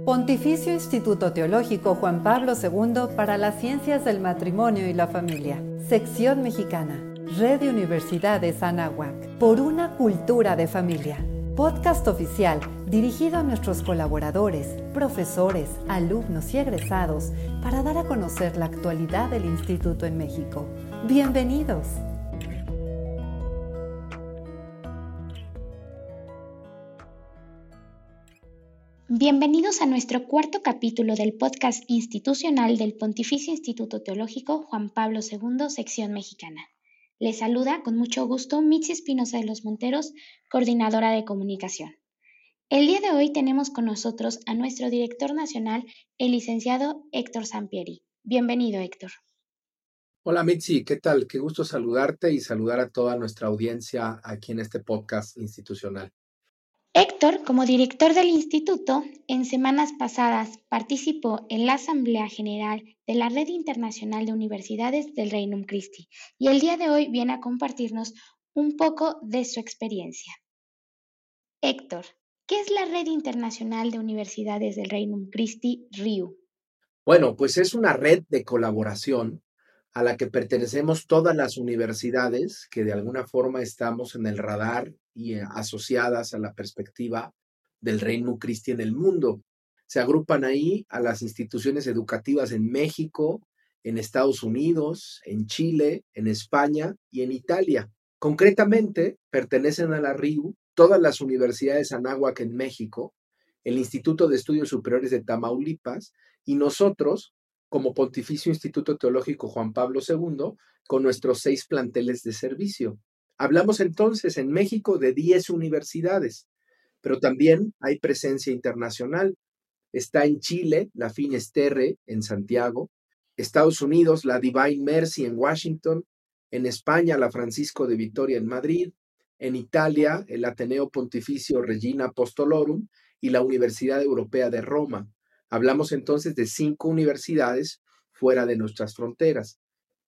Pontificio Instituto Teológico Juan Pablo II para las Ciencias del Matrimonio y la Familia. Sección Mexicana. Red de Universidades Anáhuac. Por una cultura de familia. Podcast oficial dirigido a nuestros colaboradores, profesores, alumnos y egresados para dar a conocer la actualidad del Instituto en México. ¡Bienvenidos! Bienvenidos a nuestro cuarto capítulo del podcast institucional del Pontificio Instituto Teológico Juan Pablo II, sección mexicana. Les saluda con mucho gusto Mitzi Espinosa de los Monteros, coordinadora de comunicación. El día de hoy tenemos con nosotros a nuestro director nacional, el licenciado Héctor Sampieri. Bienvenido, Héctor. Hola Mitzi, ¿qué tal? Qué gusto saludarte y saludar a toda nuestra audiencia aquí en este podcast institucional. Héctor, como director del instituto, en semanas pasadas participó en la Asamblea General de la Red Internacional de Universidades del Regnum Christi y el día de hoy viene a compartirnos un poco de su experiencia. Héctor, ¿qué es la Red Internacional de Universidades del Regnum Christi, RIU? Bueno, pues es una red de colaboración a la que pertenecemos todas las universidades que de alguna forma estamos en el radar y asociadas a la perspectiva del Regnum Christi en el mundo. Se agrupan ahí a las instituciones educativas en México, en Estados Unidos, en Chile, en España y en Italia. Concretamente, pertenecen a la RIU todas las universidades Anáhuac en México, el Instituto de Estudios Superiores de Tamaulipas y nosotros, como Pontificio Instituto Teológico Juan Pablo II, con nuestros 6 planteles de servicio. Hablamos entonces en México de 10 universidades, pero también hay presencia internacional. Está en Chile la Finisterre en Santiago, Estados Unidos la Divine Mercy en Washington, en España la Francisco de Vitoria en Madrid, en Italia el Ateneo Pontificio Regina Apostolorum y la Universidad Europea de Roma. Hablamos entonces de 5 universidades fuera de nuestras fronteras,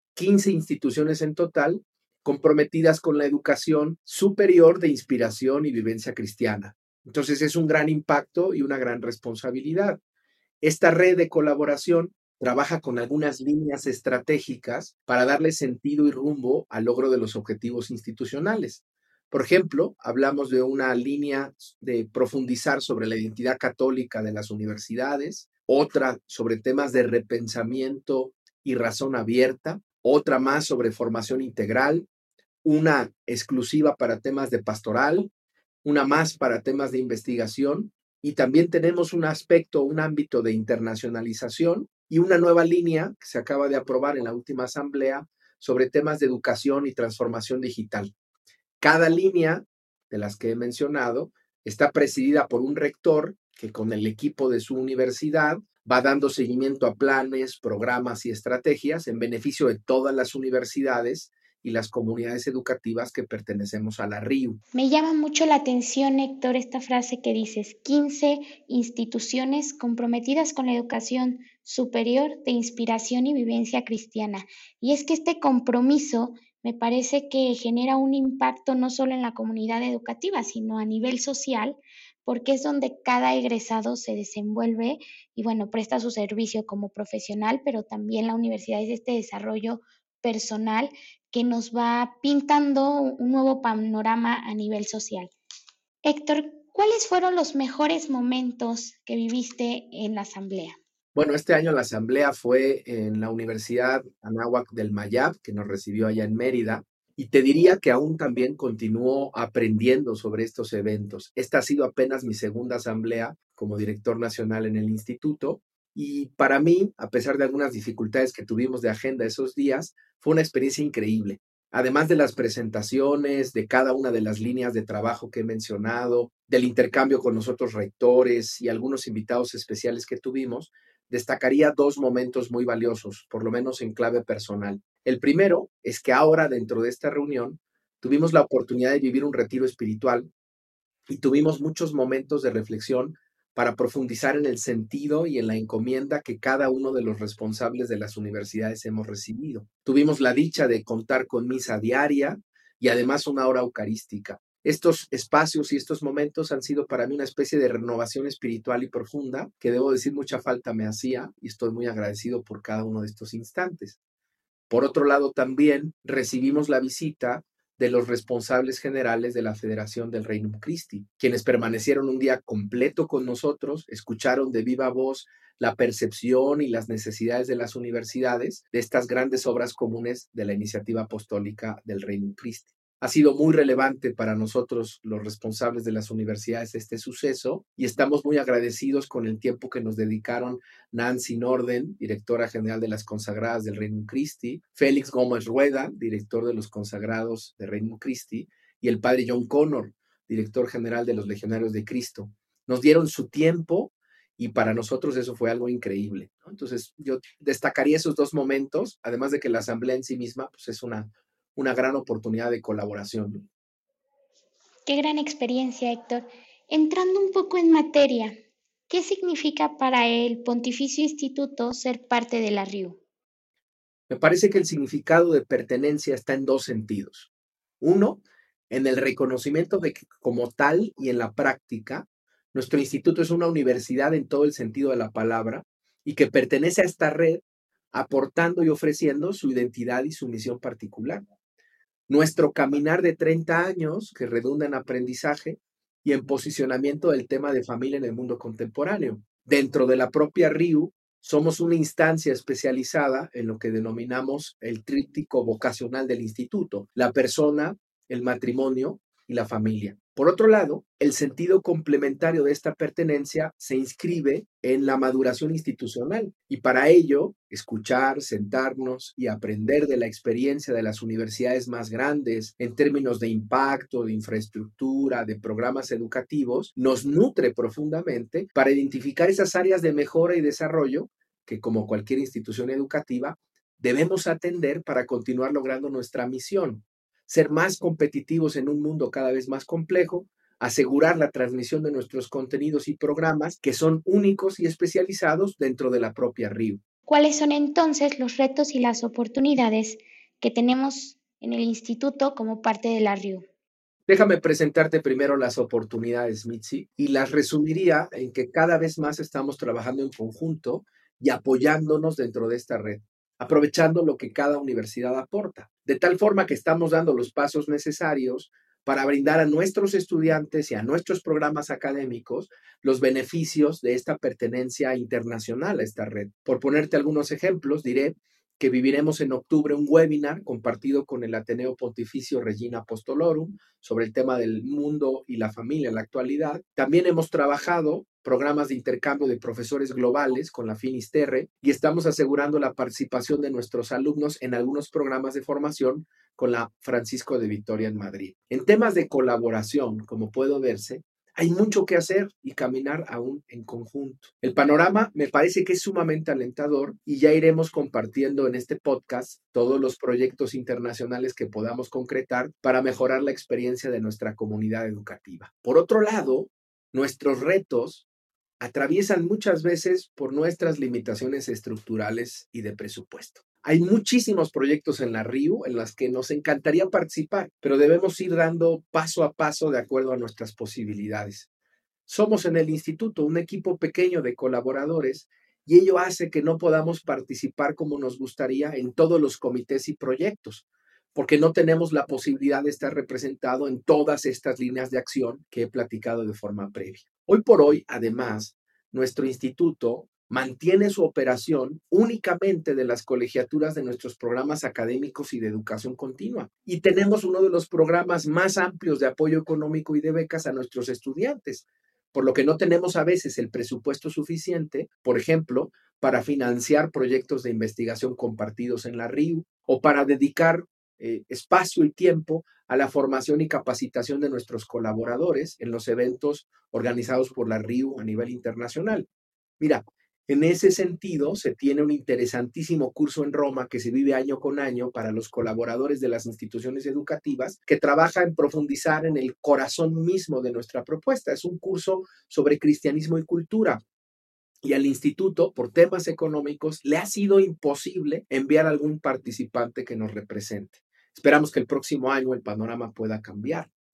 15 instituciones en total comprometidas con la educación superior de inspiración y vivencia cristiana. Entonces es un gran impacto y una gran responsabilidad. Esta red de colaboración trabaja con algunas líneas estratégicas para darle sentido y rumbo al logro de los objetivos institucionales. Por ejemplo, hablamos de una línea de profundizar sobre la identidad católica de las universidades, otra sobre temas de repensamiento y razón abierta, otra más sobre formación integral, una exclusiva para temas de pastoral, una más para temas de investigación, y también tenemos un aspecto, un ámbito de internacionalización y una nueva línea que se acaba de aprobar en la última asamblea sobre temas de educación y transformación digital. Cada línea de las que he mencionado está presidida por un rector que con el equipo de su universidad va dando seguimiento a planes, programas y estrategias en beneficio de todas las universidades y las comunidades educativas que pertenecemos a la RIU. Me llama mucho la atención, Héctor, esta frase que dices, 15 instituciones comprometidas con la educación superior de inspiración y vivencia cristiana. Y es que este compromiso me parece que genera un impacto no solo en la comunidad educativa, sino a nivel social, porque es donde cada egresado se desenvuelve y, bueno, presta su servicio como profesional, pero también la universidad es este desarrollo personal que nos va pintando un nuevo panorama a nivel social. Héctor, ¿cuáles fueron los mejores momentos que viviste en la asamblea? Bueno, este año la asamblea fue en la Universidad Anáhuac del Mayab, que nos recibió allá en Mérida, y te diría que aún también continúo aprendiendo sobre estos eventos. Esta ha sido apenas mi segunda asamblea como director nacional en el instituto, y para mí, a pesar de algunas dificultades que tuvimos de agenda esos días, fue una experiencia increíble. Además de las presentaciones, de cada una de las líneas de trabajo que he mencionado, del intercambio con los otros rectores y algunos invitados especiales que tuvimos, destacaría 2 momentos muy valiosos, por lo menos en clave personal. El primero es que ahora, dentro de esta reunión, tuvimos la oportunidad de vivir un retiro espiritual y tuvimos muchos momentos de reflexión para profundizar en el sentido y en la encomienda que cada uno de los responsables de las universidades hemos recibido. Tuvimos la dicha de contar con misa diaria y además una hora eucarística. Estos espacios y estos momentos han sido para mí una especie de renovación espiritual y profunda que debo decir mucha falta me hacía y estoy muy agradecido por cada uno de estos instantes. Por otro lado, también recibimos la visita de los responsables generales de la Federación del Regnum Christi, quienes permanecieron un día completo con nosotros, escucharon de viva voz la percepción y las necesidades de las universidades de estas grandes obras comunes de la iniciativa apostólica del Regnum Christi. Ha sido muy relevante para nosotros, los responsables de las universidades, este suceso, y estamos muy agradecidos con el tiempo que nos dedicaron Nancy Norden, directora general de las Consagradas del Regnum Christi, Félix Gómez Rueda, director de los Consagrados de Regnum Christi, y el padre John Connor, director general de los Legionarios de Cristo. Nos dieron su tiempo y para nosotros eso fue algo increíble, ¿no? Entonces yo destacaría esos dos momentos, además de que la asamblea en sí misma pues es una gran oportunidad de colaboración. Qué gran experiencia, Héctor. Entrando un poco en materia, ¿qué significa para el Pontificio Instituto ser parte de la RIU? Me parece que el significado de pertenencia está en dos sentidos. Uno, en el reconocimiento de que como tal y en la práctica, nuestro instituto es una universidad en todo el sentido de la palabra y que pertenece a esta red aportando y ofreciendo su identidad y su misión particular. Nuestro caminar de 30 años, que redunda en aprendizaje y en posicionamiento del tema de familia en el mundo contemporáneo. Dentro de la propia RIU, somos una instancia especializada en lo que denominamos el tríptico vocacional del instituto, la persona, el matrimonio y la familia. Por otro lado, el sentido complementario de esta pertenencia se inscribe en la maduración institucional y para ello, escuchar, sentarnos y aprender de la experiencia de las universidades más grandes en términos de impacto, de infraestructura, de programas educativos, nos nutre profundamente para identificar esas áreas de mejora y desarrollo que, como cualquier institución educativa, debemos atender para continuar logrando nuestra misión, ser más competitivos en un mundo cada vez más complejo, asegurar la transmisión de nuestros contenidos y programas que son únicos y especializados dentro de la propia RIU. ¿Cuáles son entonces los retos y las oportunidades que tenemos en el instituto como parte de la RIU? Déjame presentarte primero las oportunidades, Mitzi, y las resumiría en que cada vez más estamos trabajando en conjunto y apoyándonos dentro de esta red, aprovechando lo que cada universidad aporta, de tal forma que estamos dando los pasos necesarios para brindar a nuestros estudiantes y a nuestros programas académicos los beneficios de esta pertenencia internacional a esta red. Por ponerte algunos ejemplos, diré que viviremos en octubre un webinar compartido con el Ateneo Pontificio Regina Apostolorum sobre el tema del mundo y la familia en la actualidad. También hemos trabajado programas de intercambio de profesores globales con la Finisterre y estamos asegurando la participación de nuestros alumnos en algunos programas de formación con la Francisco de Vitoria en Madrid. En temas de colaboración, como puede verse, hay mucho que hacer y caminar aún en conjunto. El panorama me parece que es sumamente alentador y ya iremos compartiendo en este podcast todos los proyectos internacionales que podamos concretar para mejorar la experiencia de nuestra comunidad educativa. Por otro lado, nuestros retos atraviesan muchas veces por nuestras limitaciones estructurales y de presupuesto. Hay muchísimos proyectos en la RIU en los que nos encantaría participar, pero debemos ir dando paso a paso de acuerdo a nuestras posibilidades. Somos en el instituto un equipo pequeño de colaboradores y ello hace que no podamos participar como nos gustaría en todos los comités y proyectos, porque no tenemos la posibilidad de estar representado en todas estas líneas de acción que he platicado de forma previa. Hoy por hoy, además, nuestro instituto mantiene su operación únicamente de las colegiaturas de nuestros programas académicos y de educación continua. Y tenemos uno de los programas más amplios de apoyo económico y de becas a nuestros estudiantes, por lo que no tenemos a veces el presupuesto suficiente, por ejemplo, para financiar proyectos de investigación compartidos en la RIU o para dedicar espacio y tiempo a la formación y capacitación de nuestros colaboradores en los eventos organizados por la RIU a nivel internacional. Mira, en ese sentido, se tiene un interesantísimo curso en Roma que se vive año con año para los colaboradores de las instituciones educativas que trabaja en profundizar en el corazón mismo de nuestra propuesta. Es un curso sobre cristianismo y cultura. Y al instituto, por temas económicos, le ha sido imposible enviar algún participante que nos represente. Esperamos que el próximo año el panorama pueda cambiar.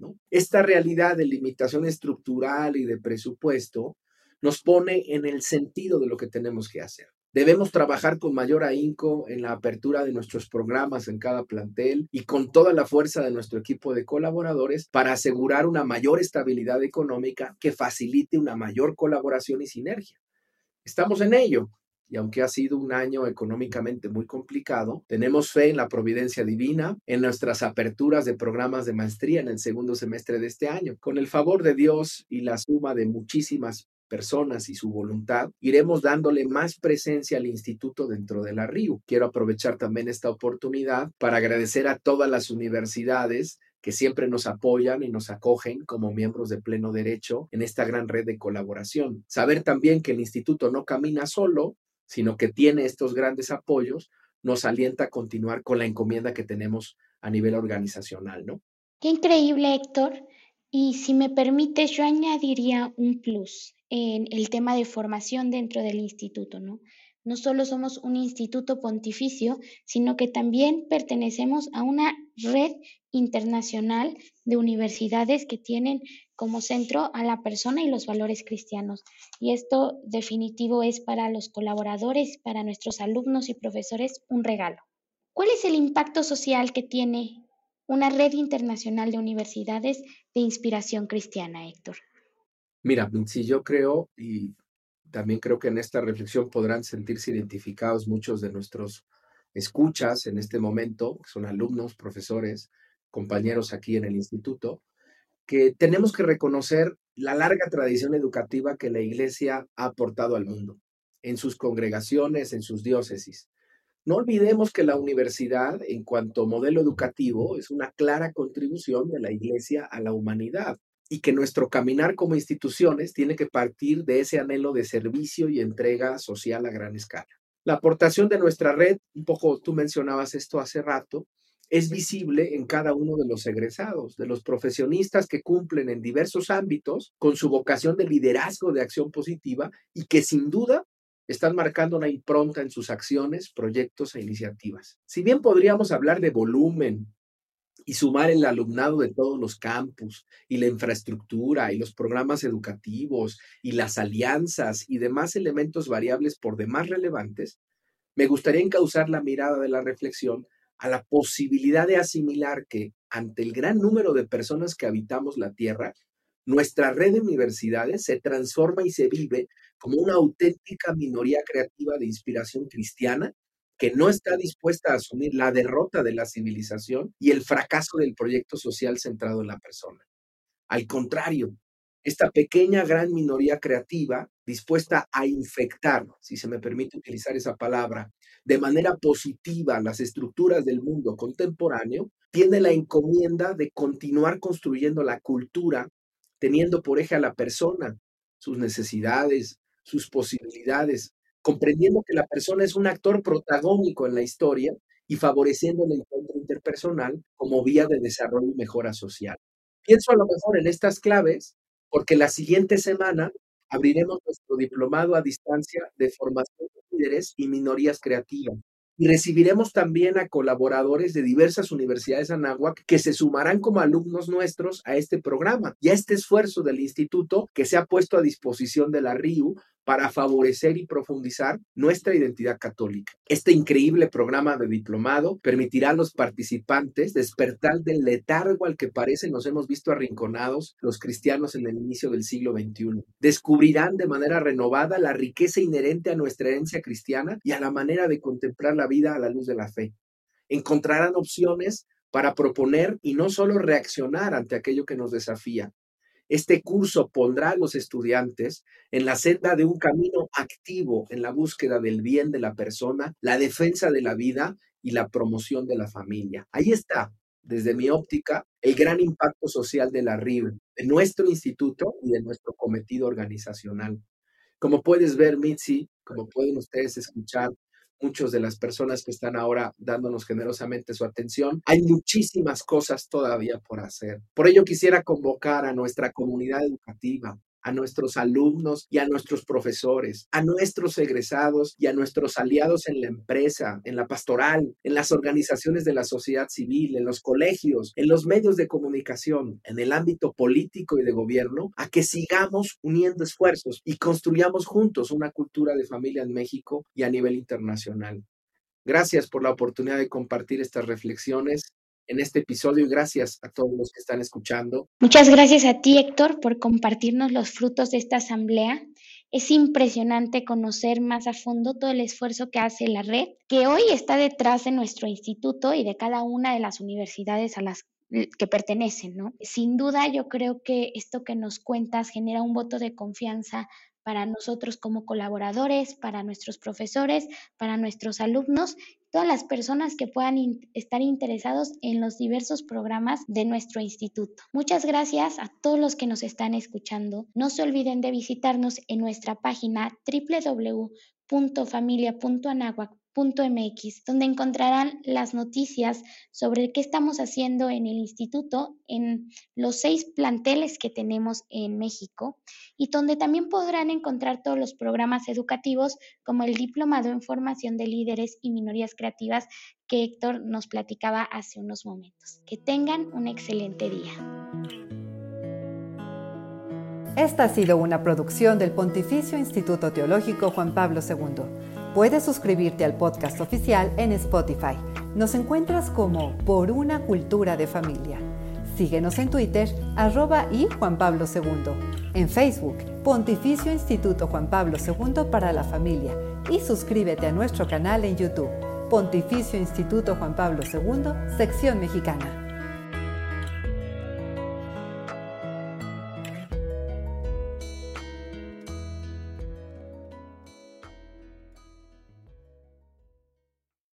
¿no? Esta realidad de limitación estructural y de presupuesto nos pone en el sentido de lo que tenemos que hacer. Debemos trabajar con mayor ahínco en la apertura de nuestros programas en cada plantel y con toda la fuerza de nuestro equipo de colaboradores para asegurar una mayor estabilidad económica que facilite una mayor colaboración y sinergia. Estamos en ello. Y aunque ha sido un año económicamente muy complicado, tenemos fe en la providencia divina, en nuestras aperturas de programas de maestría en el segundo semestre de este año. Con el favor de Dios y la suma de muchísimas personas y su voluntad, iremos dándole más presencia al instituto dentro de la RIU. Quiero aprovechar también esta oportunidad para agradecer a todas las universidades que siempre nos apoyan y nos acogen como miembros de pleno derecho en esta gran red de colaboración. Saber también que el instituto no camina solo, sino que tiene estos grandes apoyos, nos alienta a continuar con la encomienda que tenemos a nivel organizacional, ¿no? Qué increíble, Héctor. Y si me permites, yo añadiría un plus en el tema de formación dentro del instituto, ¿no? No solo somos un instituto pontificio, sino que también pertenecemos a una red internacional de universidades que tienen como centro a la persona y los valores cristianos. Y esto definitivo es para los colaboradores, para nuestros alumnos y profesores un regalo. ¿Cuál es el impacto social que tiene una red internacional de universidades de inspiración cristiana, Héctor? Mira, si yo creo, y también creo que en esta reflexión podrán sentirse identificados muchos de nuestros escuchas en este momento, que son alumnos, profesores, compañeros aquí en el instituto, que tenemos que reconocer la larga tradición educativa que la Iglesia ha aportado al mundo, en sus congregaciones, en sus diócesis. No olvidemos que la universidad, en cuanto modelo educativo, es una clara contribución de la Iglesia a la humanidad y que nuestro caminar como instituciones tiene que partir de ese anhelo de servicio y entrega social a gran escala. La aportación de nuestra red, un poco tú mencionabas esto hace rato, es visible en cada uno de los egresados, de los profesionistas que cumplen en diversos ámbitos con su vocación de liderazgo de acción positiva y que sin duda están marcando una impronta en sus acciones, proyectos e iniciativas. Si bien podríamos hablar de volumen y sumar el alumnado de todos los campus y la infraestructura y los programas educativos y las alianzas y demás elementos variables por demás relevantes, me gustaría encauzar la mirada de la reflexión a la posibilidad de asimilar que, ante el gran número de personas que habitamos la Tierra, nuestra red de universidades se transforma y se vive como una auténtica minoría creativa de inspiración cristiana que no está dispuesta a asumir la derrota de la civilización y el fracaso del proyecto social centrado en la persona. Al contrario, esta pequeña gran minoría creativa dispuesta a infectar, si se me permite utilizar esa palabra, de manera positiva las estructuras del mundo contemporáneo, tiene la encomienda de continuar construyendo la cultura, teniendo por eje a la persona, sus necesidades, sus posibilidades, comprendiendo que la persona es un actor protagónico en la historia y favoreciendo el encuentro interpersonal como vía de desarrollo y mejora social. Pienso a lo mejor en estas claves, porque la siguiente semana abriremos nuestro diplomado a distancia de formación de líderes y minorías creativas. Y recibiremos también a colaboradores de diversas universidades Anáhuac que se sumarán como alumnos nuestros a este programa y a este esfuerzo del instituto que se ha puesto a disposición de la RIU para favorecer y profundizar nuestra identidad católica. Este increíble programa de diplomado permitirá a los participantes despertar del letargo al que parece nos hemos visto arrinconados los cristianos en el inicio del siglo XXI. Descubrirán de manera renovada la riqueza inherente a nuestra herencia cristiana y a la manera de contemplar la vida a la luz de la fe. Encontrarán opciones para proponer y no solo reaccionar ante aquello que nos desafía. Este curso pondrá a los estudiantes en la senda de un camino activo en la búsqueda del bien de la persona, la defensa de la vida y la promoción de la familia. Ahí está, desde mi óptica, el gran impacto social de la RIB, de nuestro instituto y de nuestro cometido organizacional. Como puedes ver, Mitzi, como pueden ustedes escuchar, muchas de las personas que están ahora dándonos generosamente su atención, hay muchísimas cosas todavía por hacer. Por ello quisiera convocar a nuestra comunidad educativa, a nuestros alumnos y a nuestros profesores, a nuestros egresados y a nuestros aliados en la empresa, en la pastoral, en las organizaciones de la sociedad civil, en los colegios, en los medios de comunicación, en el ámbito político y de gobierno, a que sigamos uniendo esfuerzos y construyamos juntos una cultura de familia en México y a nivel internacional. Gracias por la oportunidad de compartir estas reflexiones en este episodio y gracias a todos los que están escuchando. Muchas gracias a ti, Héctor, por compartirnos los frutos de esta asamblea. Es impresionante conocer más a fondo todo el esfuerzo que hace la red, que hoy está detrás de nuestro instituto y de cada una de las universidades a las que pertenecen, ¿no? Sin duda, yo creo que esto que nos cuentas genera un voto de confianza para nosotros como colaboradores, para nuestros profesores, para nuestros alumnos, todas las personas que puedan estar interesados en los diversos programas de nuestro instituto. Muchas gracias a todos los que nos están escuchando. No se olviden de visitarnos en nuestra página www.familia.anahuac.mx, donde encontrarán las noticias sobre qué estamos haciendo en el instituto en los 6 planteles que tenemos en México y donde también podrán encontrar todos los programas educativos como el Diplomado en Formación de Líderes y Minorías Creativas que Héctor nos platicaba hace unos momentos. Que tengan un excelente día. Esta ha sido una producción del Pontificio Instituto Teológico Juan Pablo II. Puedes suscribirte al podcast oficial en Spotify. Nos encuentras como Por una Cultura de Familia. Síguenos en Twitter, @y_Juan_Pablo_II. En Facebook, Pontificio Instituto Juan Pablo II para la Familia. Y suscríbete a nuestro canal en YouTube, Pontificio Instituto Juan Pablo II, sección mexicana.